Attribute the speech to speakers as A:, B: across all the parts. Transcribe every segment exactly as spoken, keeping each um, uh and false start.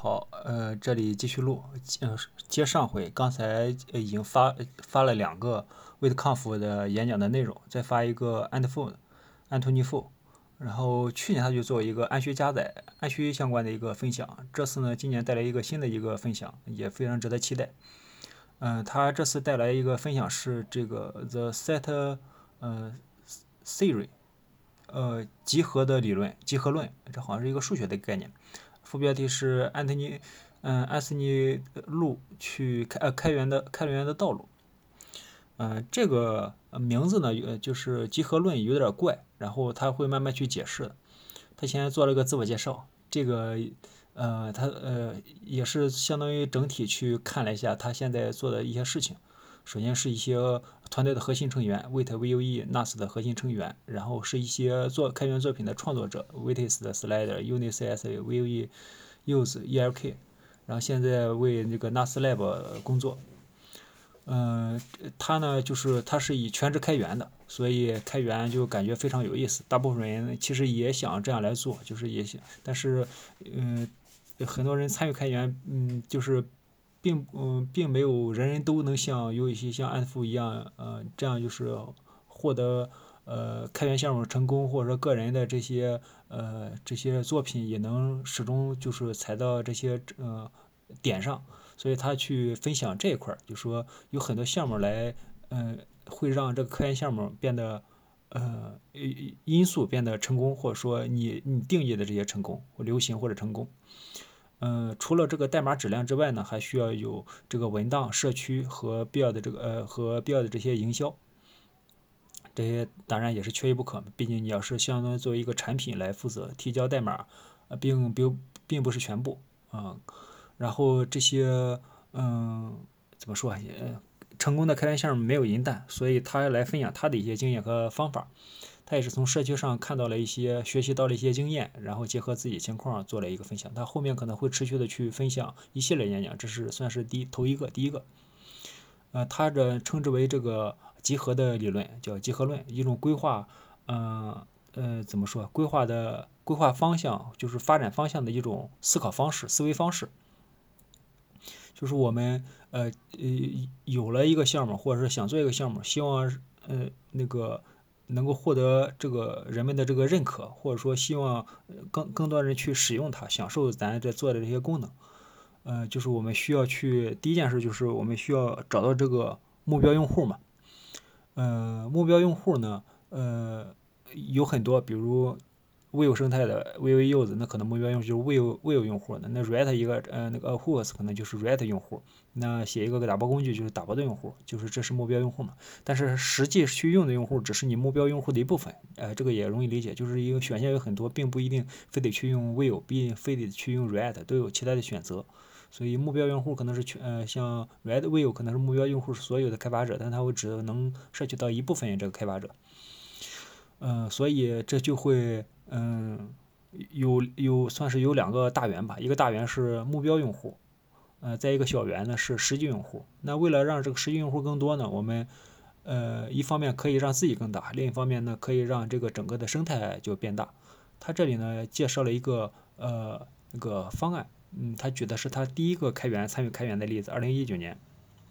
A: 好，呃，这里继续录，呃，接上回，刚才呃已经发发了两个威特康福的演讲的内容，再发一个安特富，安东尼富，然后去年他就做一个安需加载、安需相关的一个分享，这次呢，今年带来一个新的一个分享，也非常值得期待。嗯、他这次带来一个分享是这个 The Set 呃 Theory，呃集合的理论，集合论，这好像是一个数学的概念。副标题是安东尼，嗯，安斯尼路去开呃开源的开源的道路。嗯、呃，这个名字呢，呃，就是集合论有点怪，然后他会慢慢去解释。他现在做了个自我介绍，这个呃，他呃也是相当于整体去看了一下他现在做的一些事情。首先是一些团队的核心成员 w a i t V U E、N A S 的核心成员，然后是一些做开源作品的创作者 w a i t s 的 Slider、UniCS、V U E、Use、E L K， 然后现在为那个 N A S Lab 工作。嗯、呃，他呢就是他是以全职开源的，所以开源就感觉非常有意思。大部分人其实也想这样来做，就是也想，但是嗯、呃，很多人参与开源，嗯，就是并嗯并没有人人都能像有一些像安富一样，呃，这样就是获得呃开源项目成功，或者说个人的这些呃这些作品也能始终就是踩到这些呃点上。所以他去分享这一块就说有很多项目来，嗯、呃，会让这个科研项目变得，呃，因素变得成功，或者说你你定义的这些成功或流行或者成功。嗯、呃，除了这个代码质量之外呢，还需要有这个文档、社区和必要的这个呃和必要的这些营销，这些当然也是缺一不可。毕竟你要是相当于作为一个产品来负责提交代码，呃，并并并不是全部啊。呃然后这些，嗯，怎么说啊？也成功的开源项目没有银弹，所以他来分享他的一些经验和方法。他也是从社区上看到了一些，学习到了一些经验，然后结合自己情况做了一个分享。他后面可能会持续的去分享一系列演讲，这是算是第一头一个第一个。呃，他这称之为这个集合的理论，叫集合论，一种规划，嗯呃，呃，怎么说？规划的规划方向，就是发展方向的一种思考方式、思维方式。就是我们呃呃有了一个项目，或者是想做一个项目，希望呃那个能够获得这个人们的这个认可，或者说希望更更多人去使用它，享受咱这做的这些功能。呃，就是我们需要去第一件事就是我们需要找到这个目标用户嘛。呃，目标用户呢，呃有很多，比如 Vue 生态的 Vue Use，那可能目标用户就是 Vue Vue 用户的。那 React 一个呃那个 Hooks 可能就是 React 用户。那写一个打包工具就是打包的用户，就是这是目标用户嘛。但是实际去用的用户只是你目标用户的一部分，呃，这个也容易理解，就是一个选项有很多，并不一定非得去用 Vue，不一定非得去用 React，都有其他的选择。所以目标用户可能是全呃像 React Vue 可能是目标用户是所有的开发者，但它会只能摄取到一部分这个开发者。嗯、呃，所以这就会嗯、呃、有有算是有两个大源吧，一个大源是目标用户，呃，再一个小源呢是实际用户。那为了让这个实际用户更多呢，我们呃一方面可以让自己更大，另一方面呢可以让这个整个的生态就变大。他这里呢介绍了一个呃那个方案，嗯，他举的是他第一个开源参与开源的例子，二零一九年。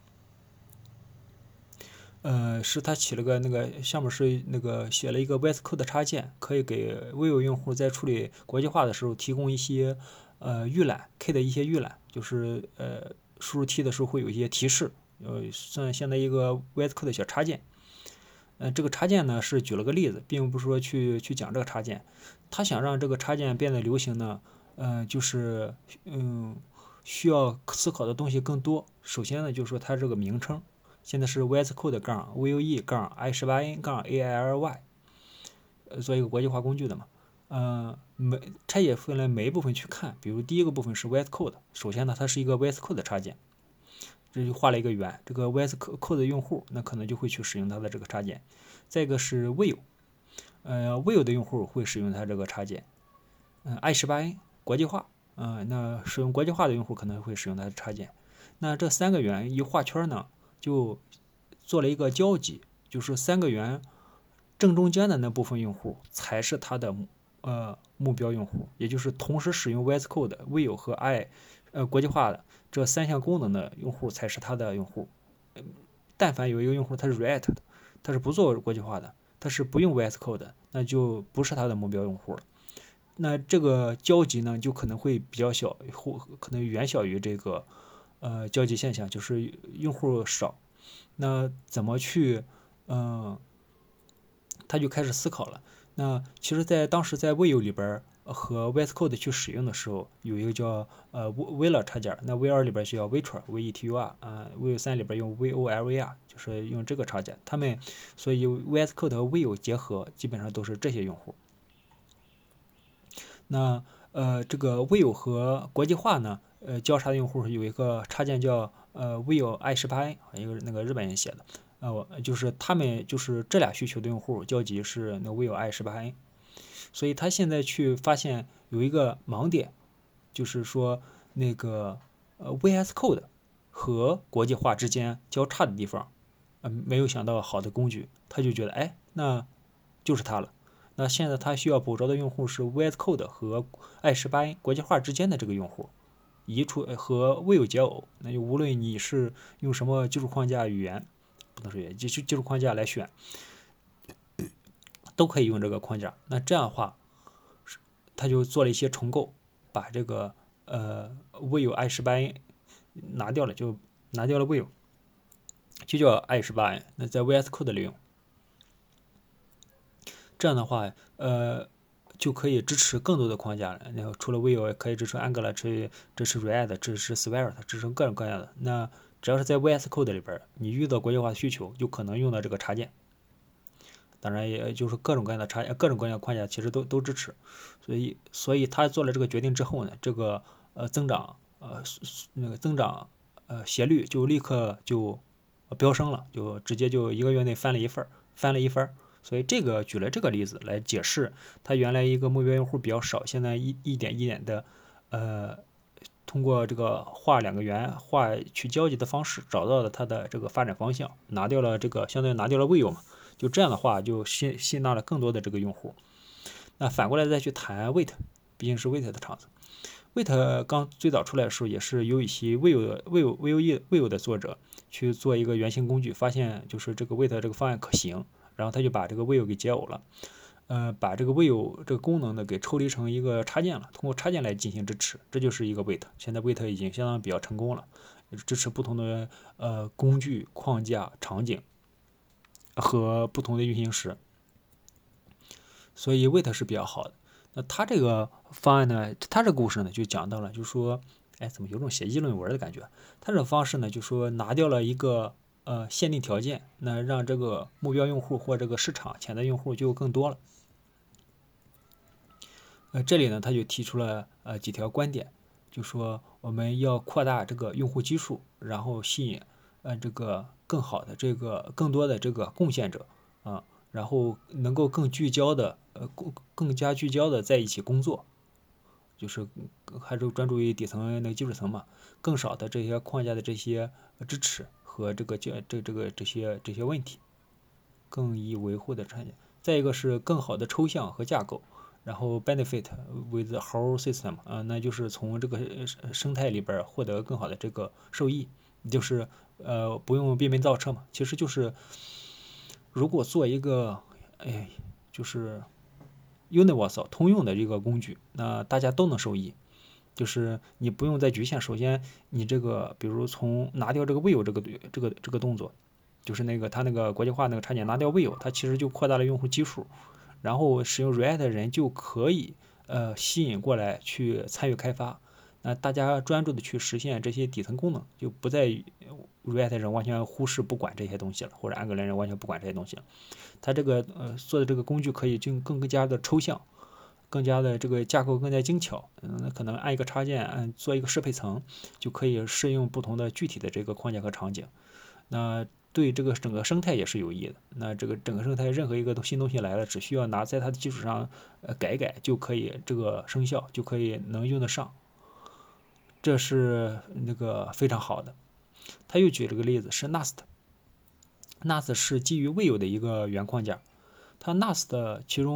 A: 呃，是他起了个那个项目是那个写了一个 V S Code 的插件，可以给 Vue 用户在处理国际化的时候提供一些呃预览 K 的一些预览，就是呃输入 T 的时候会有一些提示，呃，算现在一个 V S Code 的小插件。呃，这个插件呢是举了个例子，并不是说去去讲这个插件。他想让这个插件变得流行呢，呃，就是嗯需要思考的东西更多。首先呢，就是说它这个名称。现在是 V S Code 杠 Vue 杠 i 十八 n 杠 A I L Y， 呃，做一个国际化工具的嘛。呃，每拆解分了每一部分去看，比如第一个部分是 V S Code，首先呢，它是一个 V S Code 的插件，这就画了一个圆，这个 V S Code 的用户那可能就会去使用它的这个插件。再一个是 Vue， 呃 Vue 的用户会使用它这个插件。嗯、呃、，i 十八 n 国际化，嗯、呃，那使用国际化的用户可能会使用它的插件。那这三个圆一画圈呢？就做了一个交集，就是三个圆正中间的那部分用户才是它的呃目标用户，也就是同时使用 V S Code、Will 和 I 呃国际化的这三项功能的用户才是他的用户。但凡有一个用户他是 React 的，他是不做国际化的，他是不用 V S Code 的，那就不是他的目标用户了。那这个交集呢，就可能会比较小，或可能远小于这个呃交集现象，就是用户少。那怎么去嗯、呃，他就开始思考了。那其实，在当时在 Will 里边和 V S Code 去使用的时候，有一个叫呃 Vler 插件，那 V 二里边就叫 Vetur，V E T U R， 啊 ，Will 三里边用 V O L V R， 就是用这个插件。他们所以 V S Code 和 Will 结合，基本上都是这些用户。那呃，这个 Will 和国际化呢，呃，交叉的用户有一个插件叫呃 Will I 十八 N， 一个那个日本人写的。呃，就是他们就是这俩需求的用户交集是那 Will I 十八 N， 所以他现在去发现有一个盲点，就是说那个呃 V S Code 和国际化之间交叉的地方，呃，没有想到好的工具，他就觉得哎，那就是它了。那现在他需要捕捉的用户是 V S Code 和 I 十八 N 国际化之间的这个用户，移出和 Will 解耦。那就无论你是用什么技术框架语言，不能说语言，技术技术框架来选，都可以用这个框架。那这样的话，他就做了一些重构，把这个呃 Will I 十八 N 拿掉了，就拿掉了 Will， 就叫 I 十八 N。那在 V S Code 里用。这样的话，呃，就可以支持更多的框架了。然后除了 Will， 可以支持 Angular， 支支持 React， 支持 Svelte， 支持各种各样的。那只要是在 V S Code 里边，你遇到国际化的需求，就可能用到这个插件。当然，也就是各种各样的插各种各样的框架其实都都支持。所以，所以他做了这个决定之后呢，这个呃增长呃那个增长呃斜率就立刻就飙升了，就直接就一个月内翻了一份翻了一番。所以这个举了这个例子来解释，他原来一个目标用户比较少，现在一一点一点的，呃，通过这个画两个圆画去交集的方式，找到了它的这个发展方向，拿掉了这个相当于拿掉了 Will 嘛，就这样的话就吸吸纳了更多的这个用户。那反过来再去谈 Wait， 毕竟是 Wait 的厂子。Wait 刚最早出来的时候，也是由一些 Will Will Will Will 的作者去做一个原型工具，发现就是这个 Wait 这个方案可行。然后他就把这个 Will 给解耦了，呃，把这个 Will 这个功能呢给抽离成一个插件了，通过插件来进行支持，这就是一个 Wait。现在 Wait 已经相当比较成功了，支持不同的呃工具、框架、场景和不同的运行时，所以 Wait 是比较好的。那他这个方案呢，他这个故事呢就讲到了，就说，哎，怎么有种写议论文的感觉？他这种方式呢，就说拿掉了一个。呃，限定条件，那让这个目标用户或这个市场潜在用户就更多了。呃，这里呢，他就提出了呃几条观点，就说我们要扩大这个用户基数，然后吸引呃这个更好的这个更多的这个贡献者啊，然后能够更聚焦的呃更更加聚焦的在一起工作，就是还是专注于底层那个基础层嘛，更少的这些框架的这些支持。和这个这这这个这些这些问题，更易维护的产业。再一个是更好的抽象和架构，然后 benefit with the whole system 啊，那就是从这个生态里边获得更好的这个受益，就是呃不用闭门造车嘛，其实就是如果做一个哎就是 universal 通用的一个工具，那大家都能受益。就是你不用再局限，首先你这个，比如从拿掉这个 Will 这个这个这个动作，就是那个它那个国际化那个插件拿掉 Will，它其实就扩大了用户基数，然后使用 React 的人就可以呃吸引过来去参与开发，那大家专注的去实现这些底层功能，就不在 React 人完全忽视不管这些东西了，或者 Angular 人完全不管这些东西了，它这个呃做的这个工具可以更更加的抽象。更加的这个架构更加精巧，嗯，可能按一个插件，按做一个适配层，就可以适用不同的具体的这个框架和场景。那对这个整个生态也是有益的。那这个整个生态任何一个新东西来了，只需要拿在它的基础上呃改改就可以，这个生效就可以能用得上。这是那个非常好的。他又举了个例子是 Nast，Nast 是基于 Will 的一个原框架，它 Nast 其中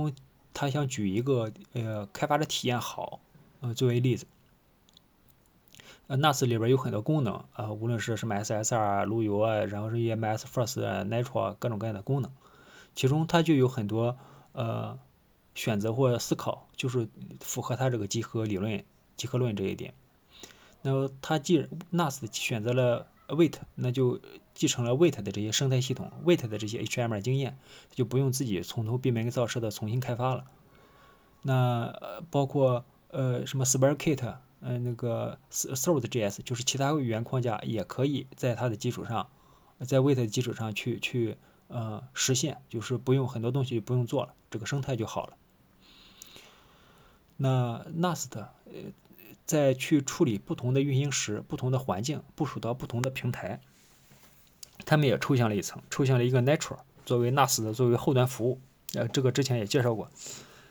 A: 他想举一个呃开发的体验好，呃作为例子。呃 N A S 里边有很多功能啊、呃，无论是什么 S S R 啊、路由啊，然后是 E M S First 啊、Nitro 啊，各种各样的功能，其中它就有很多呃选择或思考，就是符合它这个集合理论、集合论这一点。那么它既 N A S 选择了 Wait， 那就继承了 Wait 的这些生态系统、Wait 的这些 H T M L 经验，就不用自己从头闭门造车的重新开发了。那、呃、包括呃什么 SpiderKit， 嗯、呃、那个 Thread.js， 就是其他语言框架也可以在它的基础上，在 Wait 的基础上去去呃实现，就是不用很多东西不用做了，这个生态就好了。那 N A S 的呃再去处理不同的运行时、不同的环境，部署到不同的平台，他们也抽象了一层，抽象了一个 Nitro 作为 N A S 的作为后端服务，呃，这个之前也介绍过。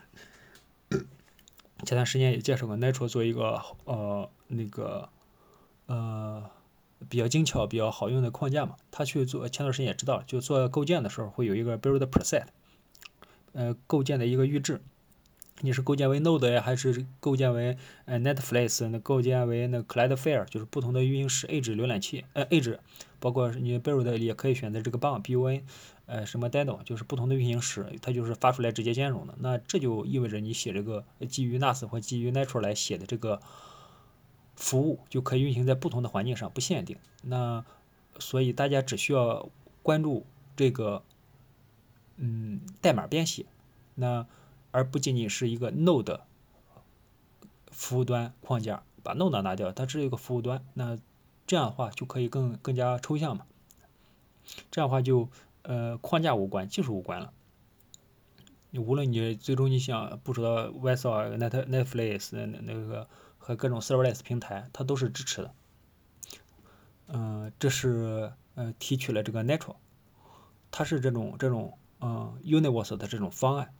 A: 前段时间也介绍过 Nitro 作为一个呃那个呃比较精巧、比较好用的框架嘛。他去做前段时间也知道，就做构建的时候会有一个 build preset， 呃，构建的一个预置。你是构建为 Node 呀，还是构建为呃 Netflix？那构建为那 Cloudflare， 就是不同的运行时 Edge 浏览器，呃 Edge， 包括你 build 也可以选择这个 B U N B U N， 呃什么 Dino， 就是不同的运行时，它就是发出来直接兼容的。那这就意味着你写这个基于 N A S 或基于 Nitro 来写的这个服务，就可以运行在不同的环境上，不限定。那所以大家只需要关注这个嗯代码编写，那而不仅仅是一个 Node 服务端框架，把 Node 拿掉，它只有一个服务端，那这样的话就可以更更加抽象嘛。这样的话就呃框架无关，技术无关了。你无论你最终你想部署到 Visual、Net、Netflix 那那个和各种 Serverless 平台，它都是支持的。嗯、呃，这是呃提取了这个 Nitro， 它是这种这种嗯、呃、Universal 的这种方案。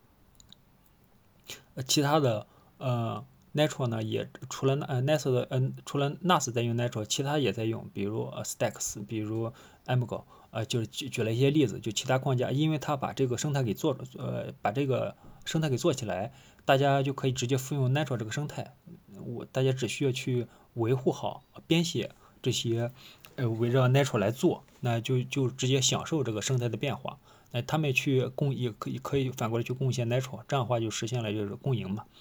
A: 呃，其他的呃 Nitro 呢，也除了呃 N A S 的嗯、呃，除了 N A S 在用 Nitro， 其他也在用，比如呃 Stacks， 比如 Amigo， 呃，就是举举了一些例子，就其他框架，因为它把这个生态给做呃把这个生态给做起来，大家就可以直接复用 Nitro 这个生态，我大家只需要去维护好编写这些呃围绕 Nitro 来做，那就就直接享受这个生态的变化。那他们去共也可以可以反过来去贡献 Nitro， 这样的话就实现了就是共赢嘛。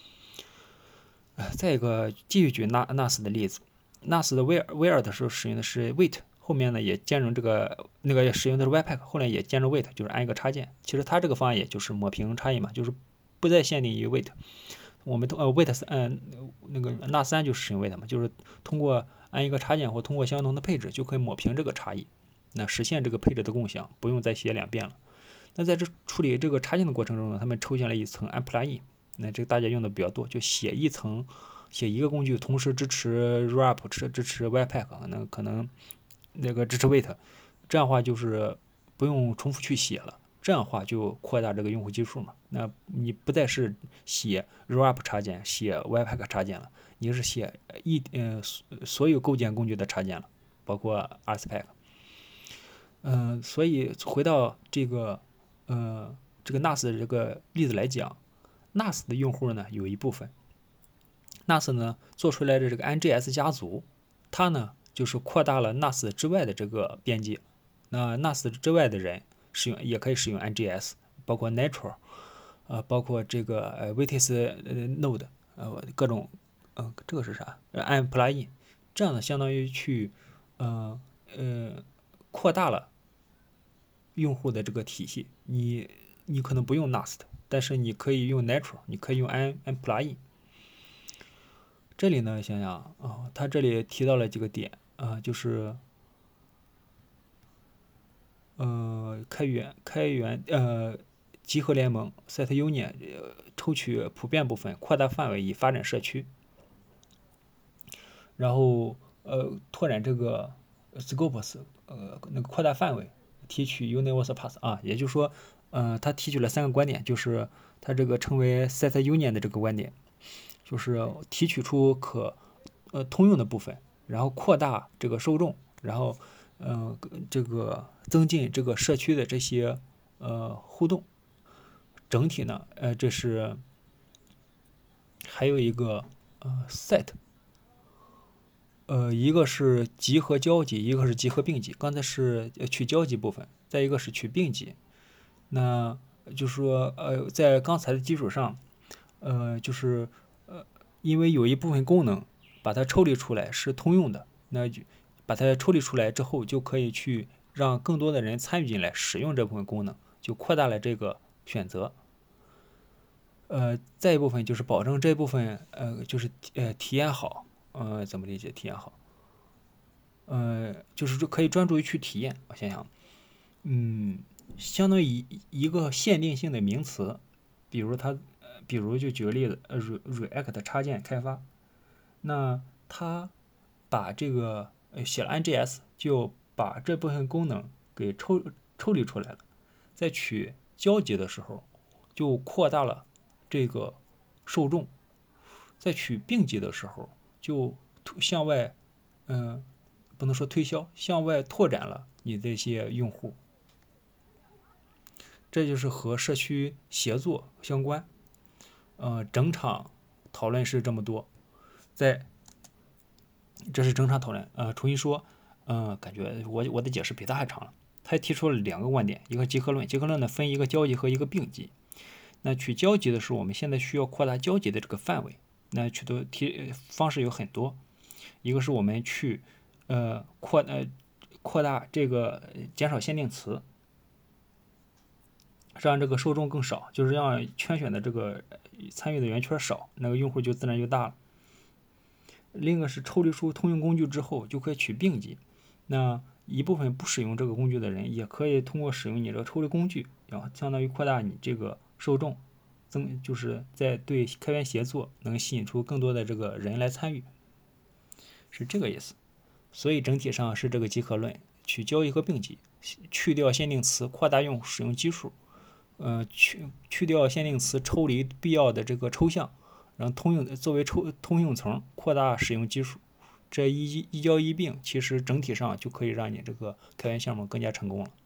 A: 再一个继续举 N A S 的例子 ，N A S 的 Where Where 的时候使用的是 Wait， 后面呢也兼容这个那个使用的是 Webpack， 后来也兼容 Wait， 就是安一个插件。其实它这个方案也就是抹平差异嘛，就是不再限定于 Wait。我们通呃 Wait 三嗯、呃、那个 N A S 三就使用 Wait 嘛，就是通过安一个插件或通过相同的配置就可以抹平这个差异，那实现这个配置的共享，不用再写两遍了。那在这处理这个插件的过程中呢，他们抽象了一层 Unplugin， 那这个大家用的比较多，就写一层，写一个工具同时支持 Wrap， 支支持 Webpack， 那可能那个支持 Wait， 这样的话就是不用重复去写了，这样的话就扩大这个用户基数嘛。那你不再是写 Wrap 插件、写 Webpack 插件了，你是写一呃所有构建工具的插件了，包括 Rspec。嗯、呃，所以回到这个。呃，这个 N A S 的这个例子来讲 ，N A S 的用户呢有一部分 ，N A S 呢做出来的这个 N G S 家族，它呢就是扩大了 N A S 之外的这个边界。那 N A S 之外的人使用也可以使用 N G S， 包括 Nitro， 呃，包括这个呃 Vitis 呃 Node， 呃各种，呃这个是啥？呃 Unplugin， 这样呢相当于去呃呃扩大了。用户的这个体系，你你可能不用 N A S 的，但是你可以用 Nitro， 你可以用 Unplugin。这里呢，想想啊、哦，他这里提到了几个点啊、呃，就是呃开源开源呃集合联盟 Set Union， 呃、抽取普遍部分，扩大范围以发展社区，然后呃拓展这个 Scopes， 呃那个扩大范围。提取 Universal Path 啊，也就是说，呃，他提取了三个观点，就是他这个称为 Set Union 的这个观点，就是提取出可呃通用的部分，然后扩大这个受众，然后呃这个增进这个社区的这些呃互动， 整体呢，呃，这是还有一个呃 set，呃，一个是集合交集，一个是集合并集。刚才是取交集部分，再一个是取并集。那就是说，呃，在刚才的基础上，呃，就是呃，因为有一部分功能把它抽离出来是通用的，那就把它抽离出来之后，就可以去让更多的人参与进来使用这部分功能，就扩大了这个选择。呃，再一部分就是保证这部分呃，就是呃体验好，呃，怎么理解体验好？呃，就是可以专注于去体验。我想想，嗯，相当于一个限定性的名词，比如它，比如就举个例子，呃，React 插件开发，那它把这个呃写了 N G S，就把这部分功能给抽抽离出来了，在取交集的时候，就扩大了这个受众，在取并集的时候，就向外，嗯、呃，不能说推销，向外拓展了你这些用户。这就是和社区协作相关。呃，整场讨论是这么多，在这是整场讨论。呃，重新说，呃，感觉我我的解释比他还长了。他提出了两个观点，一个集合论，集合论呢分一个交集和一个并集。那取交集的时候，我们现在需要扩大交集的这个范围。那取得提方式有很多，一个是我们去呃扩呃扩大这个减少限定词，让这个受众更少，就是让圈选的这个参与的圆圈少，那个用户就自然就大了。另一个是抽离出通用工具之后，就可以取并集。那一部分不使用这个工具的人，也可以通过使用你这个抽离工具，然后相当于扩大你这个受众，增就是在对开源协作能吸引出更多的这个人来参与，是这个意思。所以整体上是这个集合论，取交集和并集，去掉限定词，扩大用使用基数。呃，去去掉限定词，抽离必要的这个抽象，然后通用作为抽通用层，扩大使用基数。这一一交一并，其实整体上就可以让你这个开源项目更加成功了。